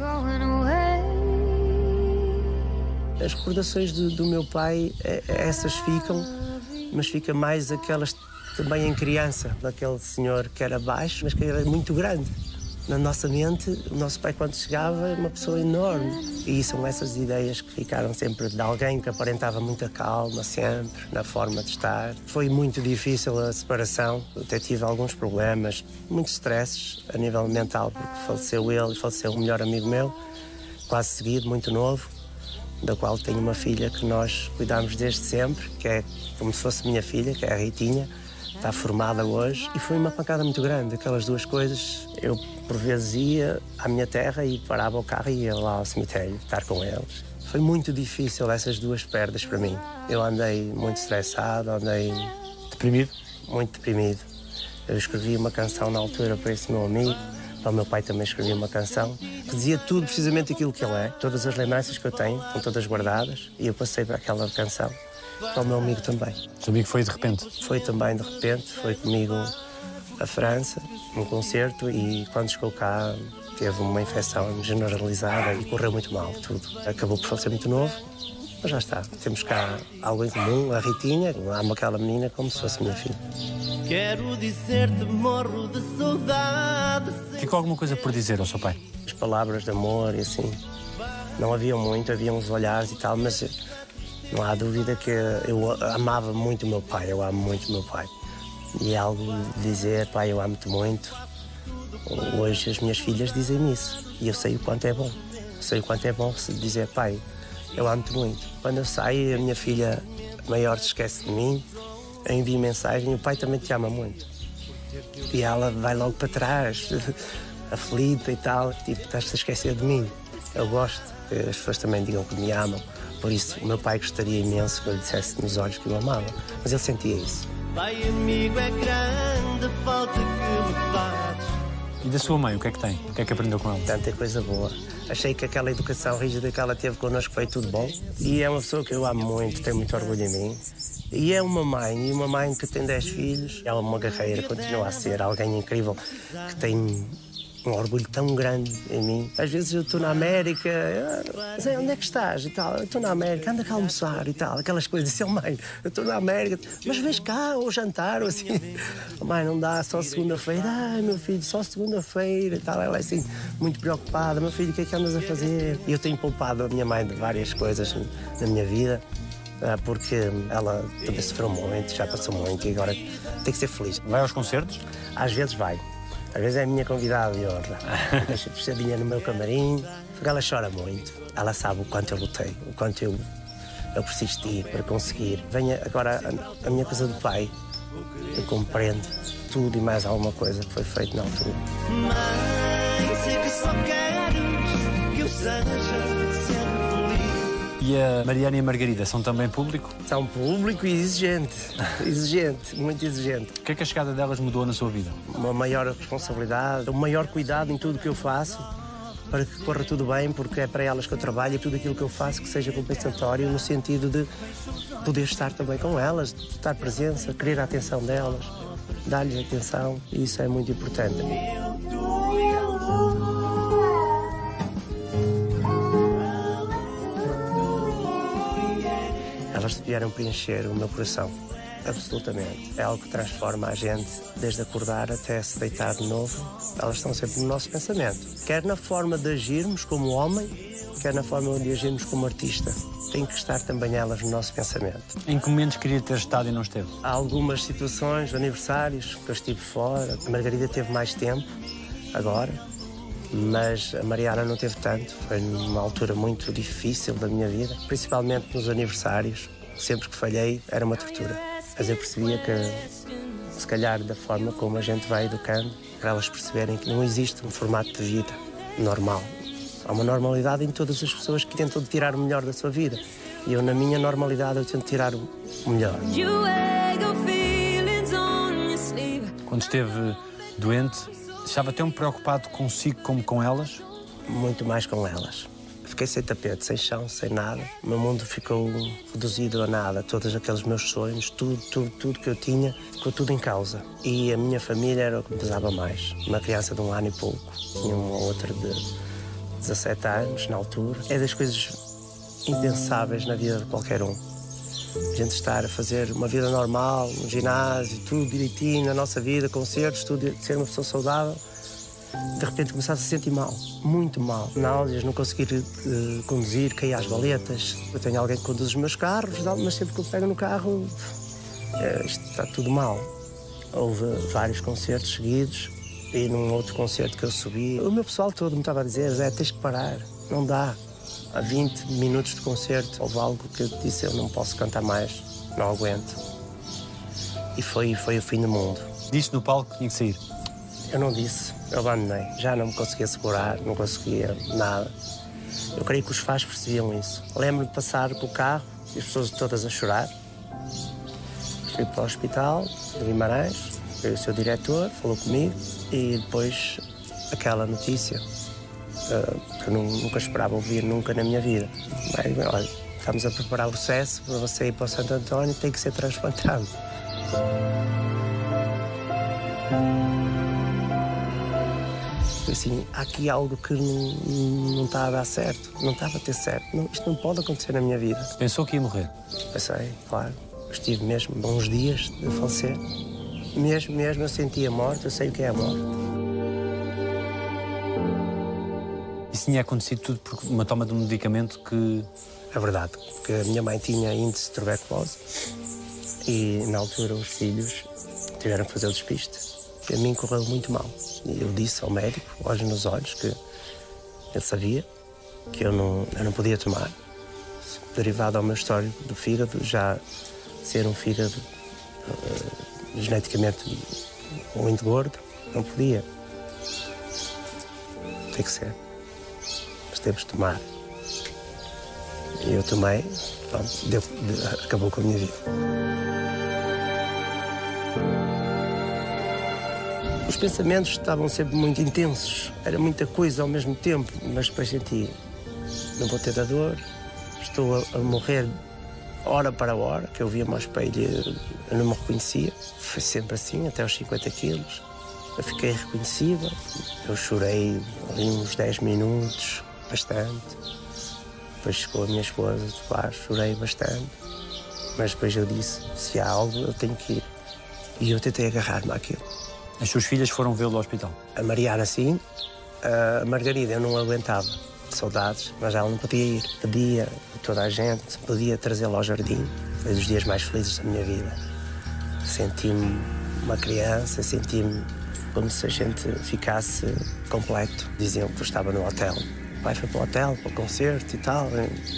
[SPEAKER 3] As recordações do, do meu pai, é, essas ficam, mas fica mais aquelas também em criança, daquele senhor que era baixo, mas que era muito grande. Na nossa mente, o nosso pai, quando chegava, era uma pessoa enorme. E são essas ideias que ficaram sempre de alguém que aparentava muita calma, sempre, na forma de estar. Foi muito difícil a separação. Eu até tive alguns problemas, muitos stresses a nível mental, porque faleceu ele e faleceu um melhor amigo meu, quase seguido, muito novo, da qual tenho uma filha que nós cuidamos desde sempre, que é como se fosse minha filha, que é a Ritinha. Está formada hoje e foi uma pancada muito grande. Aquelas duas coisas, eu por vezes ia à minha terra e parava o carro e ia lá ao cemitério estar com eles. Foi muito difícil essas duas perdas para mim. Eu andei muito estressado, andei...
[SPEAKER 2] Deprimido?
[SPEAKER 3] Muito deprimido. Eu escrevi uma canção na altura para esse meu amigo, para o meu pai também escrevi uma canção, que dizia tudo precisamente aquilo que ele é, todas as lembranças que eu tenho, estão todas guardadas, e eu passei para aquela canção. Para o meu amigo também.
[SPEAKER 2] O seu amigo foi de repente?
[SPEAKER 3] Foi também de repente, foi comigo à França, num concerto, e quando chegou cá teve uma infecção generalizada e correu muito mal tudo. Acabou por falecer muito novo, mas já está. Temos cá algo em comum, a Ritinha, amo aquela menina como se fosse minha filha.
[SPEAKER 1] Quero dizer-te, morro de saudade.
[SPEAKER 2] Ficou alguma coisa por dizer ao seu pai?
[SPEAKER 3] As palavras de amor e assim, não havia muito, havia uns olhares e tal, mas... Não há dúvida que eu amava muito o meu pai, eu amo muito o meu pai. E é algo de dizer, pai, eu amo-te muito. Hoje as minhas filhas dizem isso e eu sei o quanto é bom. Eu sei o quanto é bom dizer, pai, eu amo-te muito. Quando eu saio, a minha filha maior se esquece de mim, eu envio mensagem e o pai também te ama muito. E ela vai logo para trás, aflita e tal, tipo, estás-te a esquecer de mim. Eu gosto que as pessoas também digam que me amam. Por isso, o meu pai gostaria imenso que eu lhe dissesse nos olhos que eu amava, mas ele sentia isso.
[SPEAKER 1] Pai amigo, é grande a falta que me fazes.
[SPEAKER 2] E da sua mãe, o que é que tem? O que é que aprendeu com ela?
[SPEAKER 3] Tanta coisa boa. Achei que aquela educação rígida que ela teve connosco foi tudo bom. E é uma pessoa que eu amo muito, tenho muito orgulho em mim. E é uma mãe, e uma mãe que tem dez filhos. É uma guerreira, continua a ser alguém incrível, que tem um orgulho tão grande em mim. Às vezes eu estou na América, ah, Zé, onde é que estás? E tal, eu estou na América, anda cá a almoçar e tal, aquelas coisas. Assim, oh, mãe, eu estou na América, mas vens cá ou jantar ou assim. Oh, mãe, não dá, só segunda-feira. Ai, meu filho, só segunda-feira e tal. Ela é assim, muito preocupada. Meu filho, o que é que andas a fazer? E eu tenho poupado a minha mãe de várias coisas na minha vida, porque ela também sofreu muito, já passou muito e agora tem que ser feliz.
[SPEAKER 2] Vai aos concertos?
[SPEAKER 3] Às vezes vai. Às vezes é a minha convidada de honra. Deixa puxadinha no meu camarim, porque ela chora muito. Ela sabe o quanto eu lutei, o quanto eu, eu persisti para conseguir. Venha agora a, a minha coisa do pai. Eu compreendo tudo e mais alguma coisa que foi feito na altura.
[SPEAKER 1] Mãe, sei que só queres que eu seja sempre feliz.
[SPEAKER 2] E a Mariana e a Margarida são também público?
[SPEAKER 3] São público e exigente. Exigente, muito exigente.
[SPEAKER 2] O que é que a chegada delas mudou na sua vida?
[SPEAKER 3] Uma maior responsabilidade, um maior cuidado em tudo o que eu faço, para que corra tudo bem, porque é para elas que eu trabalho e tudo aquilo que eu faço que seja compensatório, no sentido de poder estar também com elas, de estar presença, querer a atenção delas, dar-lhes atenção, e isso é muito importante. Elas vieram preencher o meu coração, absolutamente. É algo que transforma a gente, desde acordar até se deitar de novo. Elas estão sempre no nosso pensamento, quer na forma de agirmos como homem, quer na forma de agirmos como artista. Tem que estar também elas no nosso pensamento.
[SPEAKER 2] Em que momentos queria ter estado e não esteve?
[SPEAKER 3] Há algumas situações, aniversários, que eu estive fora. A Margarida teve mais tempo, agora, mas a Mariana não teve tanto. Foi numa altura muito difícil da minha vida, principalmente nos aniversários. Sempre que falhei era uma tortura. Mas eu percebia que, se calhar, da forma como a gente vai educando, para elas perceberem que não existe um formato de vida normal. Há uma normalidade em todas as pessoas que tentam tirar o melhor da sua vida. E eu, na minha normalidade, eu tento tirar o melhor.
[SPEAKER 2] Quando esteve doente, estava tão preocupado consigo como com elas?
[SPEAKER 3] Muito mais com elas. Fiquei sem tapete, sem chão, sem nada. O meu mundo ficou reduzido a nada. Todos aqueles meus sonhos, tudo, tudo, tudo que eu tinha, ficou tudo em causa. E a minha família era o que me pesava mais. Uma criança de um ano e pouco, tinha uma outra de dezassete anos, na altura. É das coisas impensáveis na vida de qualquer um. A gente estar a fazer uma vida normal, no ginásio, tudo direitinho na nossa vida, concertos, tudo, ser uma pessoa saudável. De repente começasse a se sentir mal, muito mal. Náuseas, não conseguir uh, conduzir, cair às valetas. Eu tenho alguém que conduz os meus carros, mas sempre que eu pego no carro, uh, isto está tudo mal. Houve vários concertos seguidos e num outro concerto que eu subi, o meu pessoal todo me estava a dizer: Zé, tens que parar, não dá. Há vinte minutos de concerto houve algo que eu disse: eu não posso cantar mais, não aguento. E foi, foi o fim do mundo.
[SPEAKER 2] Disse no palco que tinha que sair?
[SPEAKER 3] Eu não disse, eu abandonei. Já não me conseguia segurar, não conseguia nada. Eu creio que os fãs percebiam isso. Lembro-me de passar com o carro e as pessoas todas a chorar. Fui para o hospital de Guimarães, veio o seu diretor, falou comigo e depois aquela notícia uh, que eu nunca esperava ouvir nunca na minha vida. Bem, olha, estamos a preparar o processo para você ir para o Santo António, tem que ser transplantado. Assim, há aqui algo que não, não está a dar certo, não estava a ter certo. Não, isto não pode acontecer na minha vida.
[SPEAKER 2] Pensou que ia morrer?
[SPEAKER 3] Pensei, claro. Eu estive mesmo uns dias de falecer. Mesmo, mesmo, eu senti a morte, eu sei o que é a morte.
[SPEAKER 2] Isso tinha acontecido tudo por uma toma de um medicamento que...
[SPEAKER 3] É verdade, porque a minha mãe tinha índice de tuberculose e, na altura, os filhos tiveram que fazer o despiste. E a mim correu muito mal. E eu disse ao médico, olhos nos olhos, que ele sabia que eu não, eu não podia tomar. Derivado ao meu histórico do fígado, já ser um fígado uh, geneticamente muito gordo, não podia. Tem que ser. Mas temos de tomar. E eu tomei, pronto, deu, acabou com a minha vida. Os pensamentos estavam sempre muito intensos, era muita coisa ao mesmo tempo, mas depois senti, não vou ter a dor, estou a, a morrer hora para hora, que eu via-me ao espelho e eu não me reconhecia. Foi sempre assim, até aos cinquenta quilos. Eu fiquei reconhecível, eu chorei ali uns dez minutos, bastante. Depois chegou a minha esposa, claro, chorei bastante. Mas depois eu disse, se há algo, eu tenho que ir. E eu tentei agarrar-me àquilo.
[SPEAKER 2] As suas filhas foram vê-lo ao hospital?
[SPEAKER 3] A Mariana, sim. A Margarida, eu não aguentava. Saudades, mas ela não podia ir. Pedia a toda a gente, podia trazê-la ao jardim. Foi dos dias mais felizes da minha vida. Senti-me uma criança, senti-me como se a gente ficasse completo. Diziam que eu estava no hotel. O pai foi para o hotel, para o concerto e tal.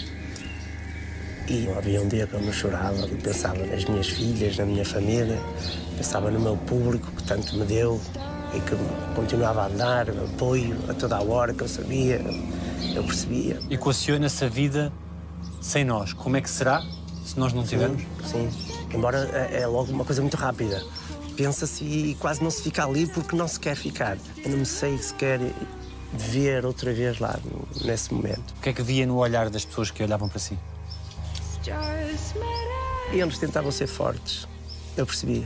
[SPEAKER 3] E havia um dia que eu não chorava, eu pensava nas minhas filhas, na minha família, pensava no meu público que tanto me deu e que continuava a dar apoio a toda a hora que eu sabia, eu percebia.
[SPEAKER 2] Equaciona-se a vida sem nós. Como é que será se nós não tivermos?
[SPEAKER 3] Sim, sim. Embora é logo uma coisa muito rápida. Pensa-se e quase não se fica ali porque não se quer ficar. Eu não me sei sequer ver outra vez lá, nesse momento.
[SPEAKER 2] O que é que via no olhar das pessoas que olhavam para si?
[SPEAKER 3] E eles tentavam ser fortes. Eu percebia.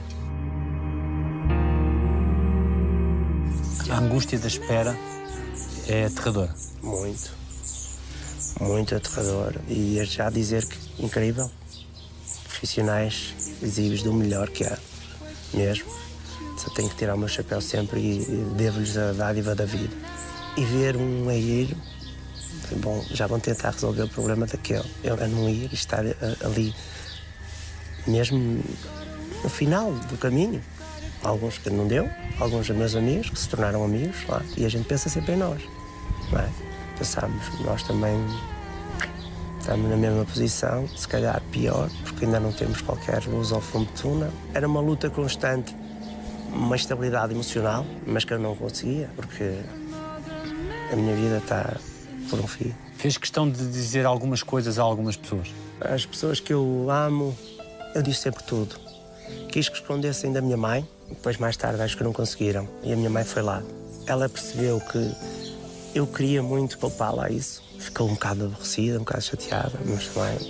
[SPEAKER 2] A angústia da espera é aterradora.
[SPEAKER 3] Muito. Muito aterradora. E é já dizer que incrível. Profissionais exíbios do melhor que há. Mesmo. Só tenho que tirar o meu chapéu sempre e devo-lhes a dádiva da vida. E ver um a ir, bom, já vão tentar resolver o problema daquele. Eu a não ir e estar ali, mesmo no final do caminho. Alguns que não deu, alguns dos meus amigos que se tornaram amigos lá. E a gente pensa sempre em nós, não é? Pensamos, nós também estamos na mesma posição, se calhar pior, porque ainda não temos qualquer luz ao fundo de túnel. Era uma luta constante, uma estabilidade emocional, mas que eu não conseguia, porque a minha vida está por um fio.
[SPEAKER 2] Fez questão de dizer algumas coisas a algumas pessoas?
[SPEAKER 3] As pessoas que eu amo, eu disse sempre tudo. Quis que escondessem da minha mãe, depois mais tarde acho que não conseguiram. E a minha mãe foi lá. Ela percebeu que eu queria muito poupá-la a isso. Ficou um bocado aborrecida, um bocado chateada, mas também...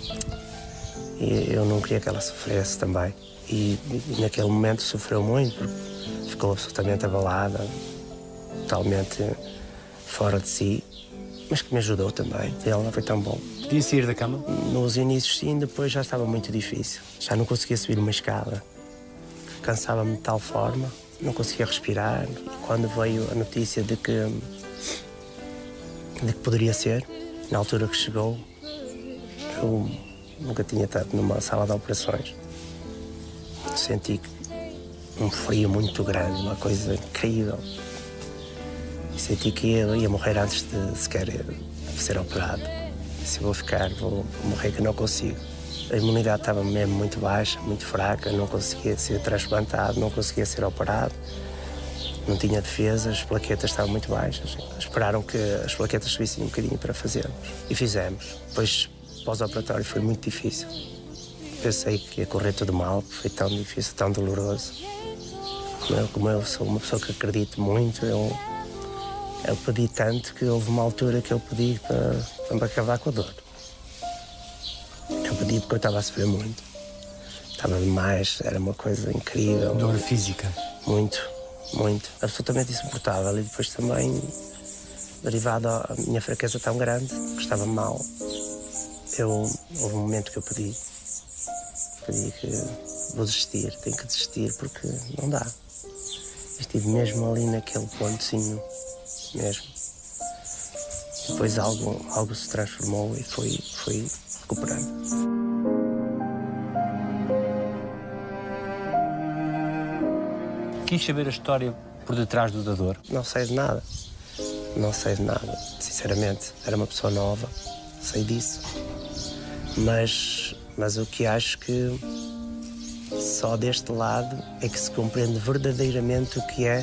[SPEAKER 3] E eu não queria que ela sofresse também. E, e naquele momento sofreu muito, porque ficou absolutamente abalada, totalmente fora de si, mas que me ajudou também. E ela foi tão bom.
[SPEAKER 2] Podia sair da cama?
[SPEAKER 3] Nos inícios sim, depois já estava muito difícil. Já não conseguia subir uma escada. Cansava-me de tal forma, não conseguia respirar. E quando veio a notícia de que, de que poderia ser, na altura que chegou, eu nunca tinha estado numa sala de operações. Senti um frio muito grande, uma coisa incrível. Senti que ia, ia morrer antes de sequer ser operado. Se vou ficar, vou morrer que não consigo. A imunidade estava mesmo muito baixa, muito fraca, não conseguia ser transplantado, não conseguia ser operado. Não tinha defesa, as plaquetas estavam muito baixas. Esperaram que as plaquetas subissem um bocadinho para fazermos. E fizemos. Depois, pós-operatório, foi muito difícil. Pensei que ia correr tudo mal, foi tão difícil, tão doloroso. Como eu, como eu sou uma pessoa que acredito muito, eu... Eu pedi tanto que houve uma altura que eu pedi para, para me acabar com a dor. Eu pedi porque eu estava a sofrer muito. Estava demais, era uma coisa incrível.
[SPEAKER 2] Dor física?
[SPEAKER 3] Muito, muito. Absolutamente insuportável. E depois também, derivado à minha fraqueza tão grande, que estava mal, eu, houve um momento que eu pedi. Pedi que vou desistir, tenho que desistir porque não dá. Estive mesmo ali naquele pontozinho. Mesmo. Depois algo, algo se transformou e foi, foi recuperando.
[SPEAKER 2] Quis saber a história por detrás do dador?
[SPEAKER 3] Não sei de nada. Não sei de nada. Sinceramente, era uma pessoa nova, sei disso. Mas, mas o que acho que só deste lado é que se compreende verdadeiramente o que é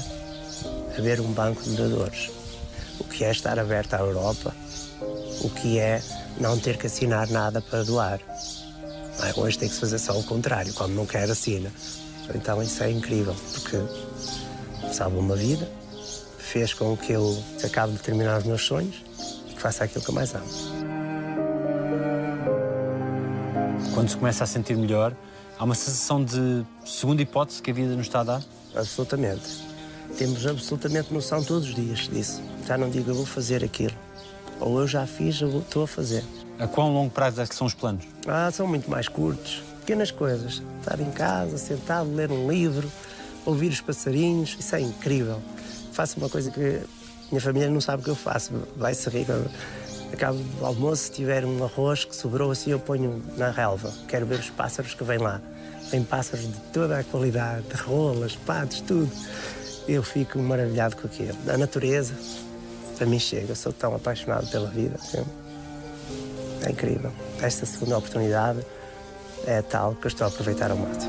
[SPEAKER 3] haver um banco de dadores. O que é estar aberto à Europa, o que é não ter que assinar nada para doar. Não é? Hoje tem que se fazer só o contrário, quando não quer assina. Então isso é incrível, porque salva uma vida, fez com que eu acabe de terminar os meus sonhos e que faça aquilo que eu mais amo.
[SPEAKER 2] Quando se começa a sentir melhor, há uma sensação de segunda hipótese que a vida nos está a dar?
[SPEAKER 3] Absolutamente. Temos absolutamente noção todos os dias disso. Já não digo eu vou fazer aquilo. Ou eu já fiz, eu estou a fazer.
[SPEAKER 2] A quão longo prazo é que são os planos?
[SPEAKER 3] Ah, são muito mais curtos. Pequenas coisas. Estar em casa, sentado, ler um livro, ouvir os passarinhos. Isso é incrível. Faço uma coisa que a minha família não sabe o que eu faço. Vai-se rir. Acabo do almoço, se tiver um arroz que sobrou assim, eu ponho na relva. Quero ver os pássaros que vêm lá. Tem pássaros de toda a qualidade, de rolas, patos, tudo. Eu fico maravilhado com aquilo. A natureza, para mim chega. Eu sou tão apaixonado pela vida. É incrível. Esta segunda oportunidade é tal que eu estou a aproveitar ao máximo.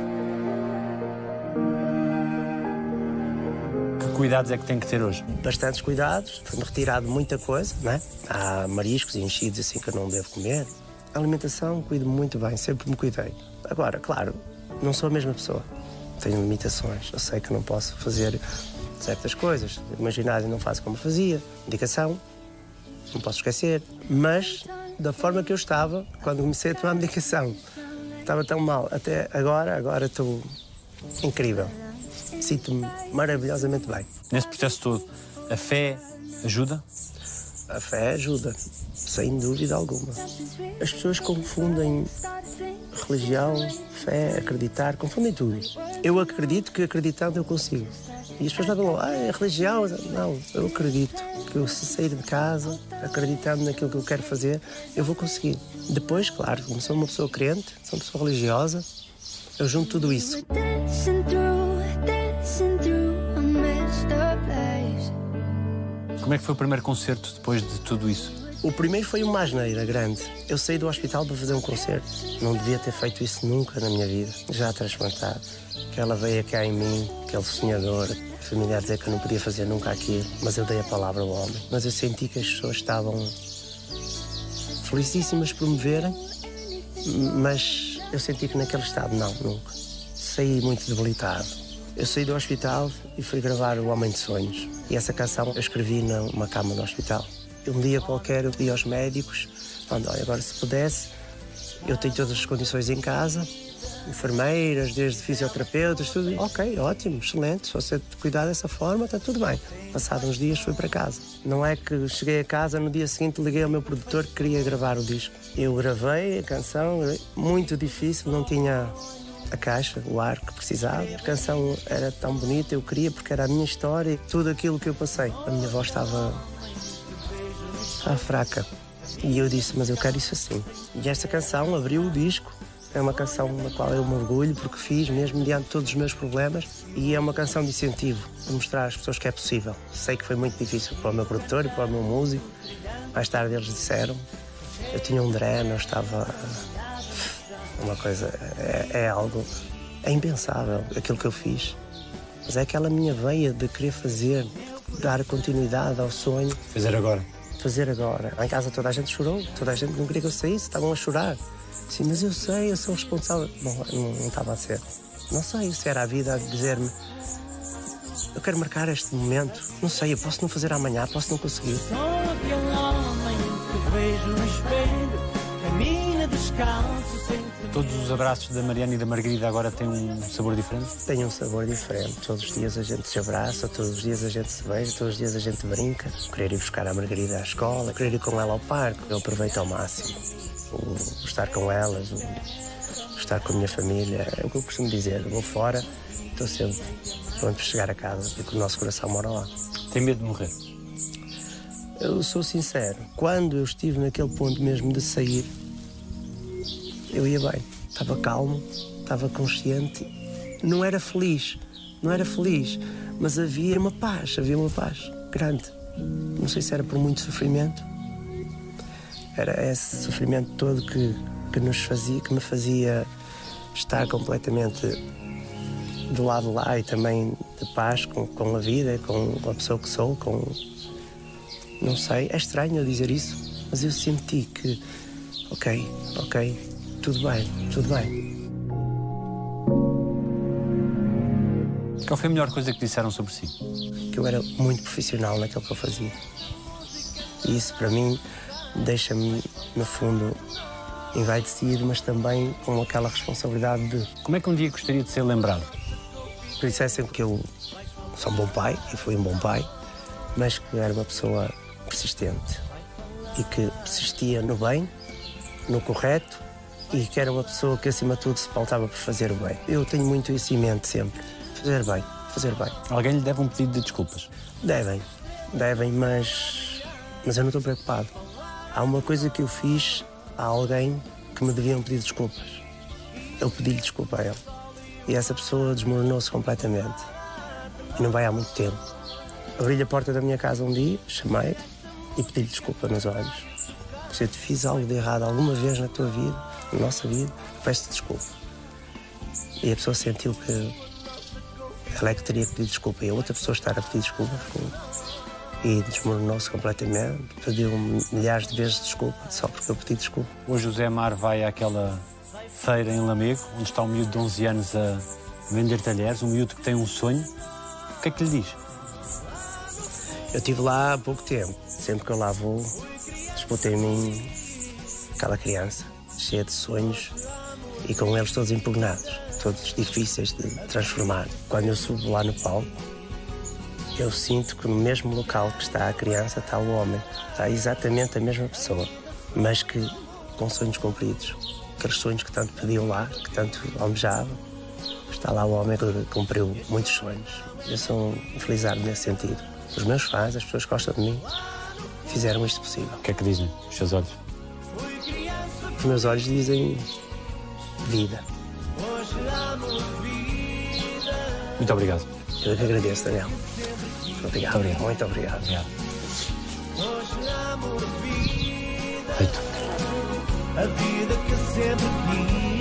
[SPEAKER 2] Que cuidados é que tem que ter hoje?
[SPEAKER 3] Bastantes cuidados. Foi-me retirado muita coisa, não é? Há mariscos e enchidos assim que eu não devo comer. A alimentação cuido muito bem, sempre me cuidei. Agora, claro, não sou a mesma pessoa. Tenho limitações. Eu sei que não posso fazer certas coisas. No ginásio não faço como fazia. Medicação, não posso esquecer. Mas, da forma que eu estava, quando comecei a tomar medicação, estava tão mal. Até agora, agora estou incrível. Sinto-me maravilhosamente bem.
[SPEAKER 2] Nesse processo todo, a fé ajuda?
[SPEAKER 3] A fé ajuda, sem dúvida alguma. As pessoas confundem religião, fé, acreditar, confundem tudo. Eu acredito que acreditando eu consigo. E as pessoas falam, ah, é religião. Não, eu acredito que eu, se sair de casa, acreditando naquilo que eu quero fazer, eu vou conseguir. Depois, claro, como sou uma pessoa crente, sou uma pessoa religiosa, eu junto tudo isso.
[SPEAKER 2] Como é que foi o primeiro concerto depois de tudo isso?
[SPEAKER 3] O primeiro foi uma asneira grande. Eu saí do hospital para fazer um concerto. Não devia ter feito isso nunca na minha vida. Já transplantado. Aquela veia cá em mim, aquele sonhador. A família a dizer que eu não podia fazer nunca aquilo. Mas eu dei a palavra ao homem. Mas eu senti que as pessoas estavam felicíssimas por me verem. Mas eu senti que naquele estado, não, nunca. Saí muito debilitado. Eu saí do hospital e fui gravar O Homem de Sonhos. E essa canção eu escrevi numa cama do hospital. Um dia qualquer eu pedi aos médicos, falando, olha, agora se pudesse, eu tenho todas as condições em casa, enfermeiras, desde fisioterapeutas, tudo. Ok, ótimo, excelente, se você cuidar dessa forma, está tudo bem. Passados uns dias fui para casa. Não é que cheguei a casa, no dia seguinte liguei ao meu produtor que queria gravar o disco. Eu gravei a canção, muito difícil, não tinha a caixa, o ar que precisava. A canção era tão bonita, eu queria, porque era a minha história, tudo aquilo que eu passei. A minha voz estava, estava fraca. E eu disse, mas eu quero isso assim. E esta canção abriu o disco. É uma canção na qual eu me orgulho, porque fiz mesmo diante de todos os meus problemas. E é uma canção de incentivo, para mostrar às pessoas que é possível. Sei que foi muito difícil para o meu produtor e para o meu músico. Mais tarde eles disseram, eu tinha um dreno, eu estava... Uma coisa, é, é algo, é impensável aquilo que eu fiz. Mas é aquela minha veia de querer fazer, dar continuidade ao sonho.
[SPEAKER 2] Fazer agora.
[SPEAKER 3] Fazer agora. Lá em casa toda a gente chorou, toda a gente não queria que eu saísse, estavam a chorar. Sim, mas eu sei, eu sou responsável. Não, não, não estava a ser. Não sei se era a vida a dizer-me, eu quero marcar este momento. Não sei, eu posso não fazer amanhã, posso não conseguir.
[SPEAKER 1] Sou aquele homem que vejo no espelho, camina descalço, sem...
[SPEAKER 2] Todos os abraços da Mariana e da Margarida agora têm um sabor diferente?
[SPEAKER 3] Tem um sabor diferente. Todos os dias a gente se abraça, todos os dias a gente se beija, todos os dias a gente brinca. Querer ir buscar a Margarida à escola, querer ir com ela ao parque, eu aproveito ao máximo. O, o estar com elas, o, o estar com a minha família, é o que eu costumo dizer. Eu vou fora, estou sempre pronto para chegar a casa, porque o nosso coração mora lá.
[SPEAKER 2] Tem medo de morrer?
[SPEAKER 3] Eu sou sincero, quando eu estive naquele ponto mesmo de sair, eu ia bem, estava calmo, estava consciente, não era feliz, não era feliz, mas havia uma paz, havia uma paz grande. Não sei se era por muito sofrimento, era esse sofrimento todo que, que nos fazia, que me fazia estar completamente do lado lá e também de paz com, com a vida, com, com a pessoa que sou, com... Não sei, é estranho eu dizer isso, mas eu senti que ok, ok, tudo bem, tudo bem.
[SPEAKER 2] Qual foi a melhor coisa que disseram sobre si?
[SPEAKER 3] Que eu era muito profissional naquilo que eu fazia. E isso, para mim, deixa-me, no fundo, envaidecido, mas também com aquela responsabilidade de...
[SPEAKER 2] Como é que um dia gostaria de ser lembrado?
[SPEAKER 3] Por isso é sempre que eu sou um bom pai, e fui um bom pai, mas que era uma pessoa persistente e que persistia no bem, no correto, e que era uma pessoa que, acima de tudo, se pautava por fazer o bem. Eu tenho muito isso em mente sempre. Fazer bem, fazer bem.
[SPEAKER 2] Alguém lhe deve um pedido de desculpas?
[SPEAKER 3] Devem, devem, mas, mas eu não estou preocupado. Há uma coisa que eu fiz a alguém que me deviam pedir desculpas. Eu pedi-lhe desculpa a ele. E essa pessoa desmoronou-se completamente. E não vai há muito tempo. Abri-lhe a porta da minha casa um dia, chamei e pedi-lhe desculpa nos olhos. Se eu te fiz algo de errado alguma vez na tua vida, na nossa vida, peço-te desculpa. E a pessoa sentiu que ela é que teria que pedir desculpa. E a outra pessoa estar a pedir desculpa e desmoronou-se completamente. Pediu-me milhares de vezes desculpa, só porque eu pedi desculpa.
[SPEAKER 2] Hoje o José Amar vai àquela feira em Lamego, onde está um miúdo de onze anos a vender talheres, um miúdo que tem um sonho. O que é que lhe diz?
[SPEAKER 3] Eu estive lá há pouco tempo. Sempre que eu lá vou, disputa em mim aquela criança, cheia de sonhos e com eles todos impugnados, todos difíceis de transformar. Quando eu subo lá no palco, eu sinto que no mesmo local que está a criança está o homem. Está exatamente a mesma pessoa, mas que com sonhos cumpridos. Aqueles sonhos que tanto pediu lá, que tanto almejava. Está lá o homem que cumpriu muitos sonhos. Eu sou um felizardo nesse sentido. Os meus fãs, as pessoas que gostam de mim, fizeram isto possível.
[SPEAKER 2] O que é que dizem os seus olhos?
[SPEAKER 3] Os meus olhos dizem vida.
[SPEAKER 2] Muito obrigado.
[SPEAKER 3] Eu que agradeço, Daniel. Obrigado.
[SPEAKER 2] Muito obrigado.
[SPEAKER 3] Muito obrigado.
[SPEAKER 2] Obrigado. Feito.
[SPEAKER 1] A vida que sempre quis.